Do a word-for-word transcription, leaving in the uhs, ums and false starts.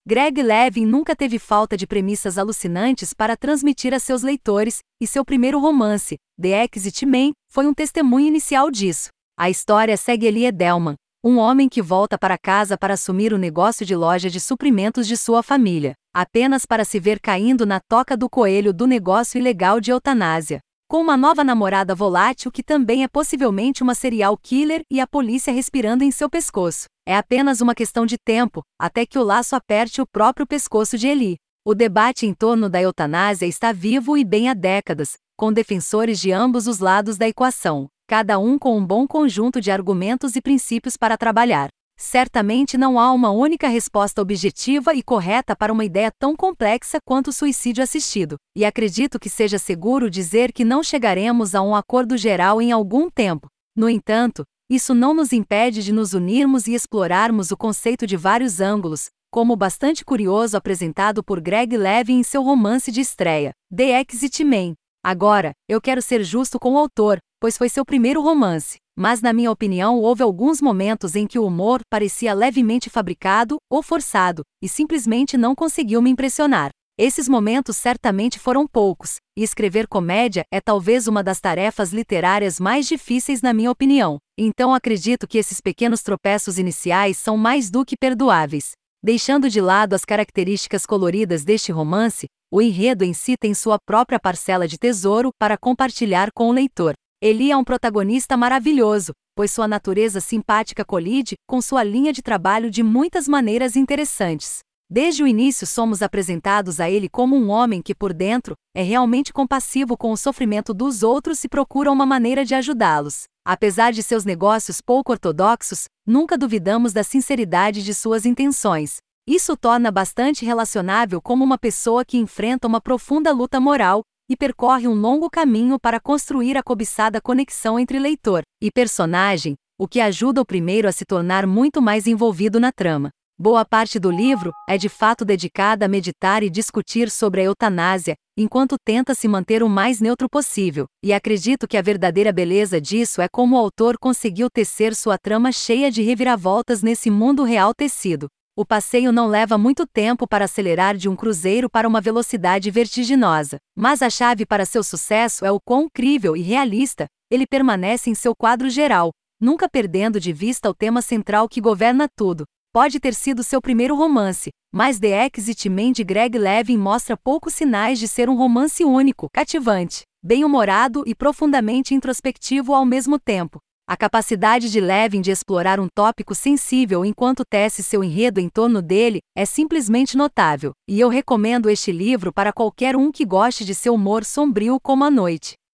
Greg Levin nunca teve falta de premissas alucinantes para transmitir a seus leitores, e seu primeiro romance, The Exit Man, foi um testemunho inicial disso. A história segue Eli Edelman, um homem que volta para casa para assumir o negócio de loja de suprimentos de sua família, apenas para se ver caindo na toca do coelho do negócio ilegal de eutanásia. Com uma nova namorada volátil que também é possivelmente uma serial killer e a polícia respirando em seu pescoço. É apenas uma questão de tempo, até que o laço aperte o próprio pescoço de Eli. O debate em torno da eutanásia está vivo e bem há décadas, com defensores de ambos os lados da equação, cada um com um bom conjunto de argumentos e princípios para trabalhar. Certamente não há uma única resposta objetiva e correta para uma ideia tão complexa quanto o suicídio assistido, e acredito que seja seguro dizer que não chegaremos a um acordo geral em algum tempo. No entanto, isso não nos impede de nos unirmos e explorarmos o conceito de vários ângulos, como o bastante curioso apresentado por Greg Levin em seu romance de estreia, The Exit Man. Agora, eu quero ser justo com o autor, pois foi seu primeiro romance, mas na minha opinião houve alguns momentos em que o humor parecia levemente fabricado ou forçado, e simplesmente não conseguiu me impressionar. Esses momentos certamente foram poucos, e escrever comédia é talvez uma das tarefas literárias mais difíceis na minha opinião, então acredito que esses pequenos tropeços iniciais são mais do que perdoáveis. Deixando de lado as características coloridas deste romance, o enredo em si tem sua própria parcela de tesouro para compartilhar com o leitor. Eli é um protagonista maravilhoso, pois sua natureza simpática colide com sua linha de trabalho de muitas maneiras interessantes. Desde o início somos apresentados a ele como um homem que por dentro, é realmente compassivo com o sofrimento dos outros e procura uma maneira de ajudá-los. Apesar de seus negócios pouco ortodoxos, nunca duvidamos da sinceridade de suas intenções. Isso o torna bastante relacionável como uma pessoa que enfrenta uma profunda luta moral, e percorre um longo caminho para construir a cobiçada conexão entre leitor e personagem, o que ajuda o primeiro a se tornar muito mais envolvido na trama. Boa parte do livro é de fato dedicada a meditar e discutir sobre a eutanásia, enquanto tenta se manter o mais neutro possível, e acredito que a verdadeira beleza disso é como o autor conseguiu tecer sua trama cheia de reviravoltas nesse mundo real tecido. O passeio não leva muito tempo para acelerar de um cruzeiro para uma velocidade vertiginosa, mas a chave para seu sucesso é o quão incrível e realista ele permanece em seu quadro geral, nunca perdendo de vista o tema central que governa tudo. Pode ter sido seu primeiro romance, mas The Exit Man de Greg Levin mostra poucos sinais de ser um romance único, cativante, bem-humorado e profundamente introspectivo ao mesmo tempo. A capacidade de Levin de explorar um tópico sensível enquanto tece seu enredo em torno dele é simplesmente notável, e eu recomendo este livro para qualquer um que goste de seu humor sombrio como a noite.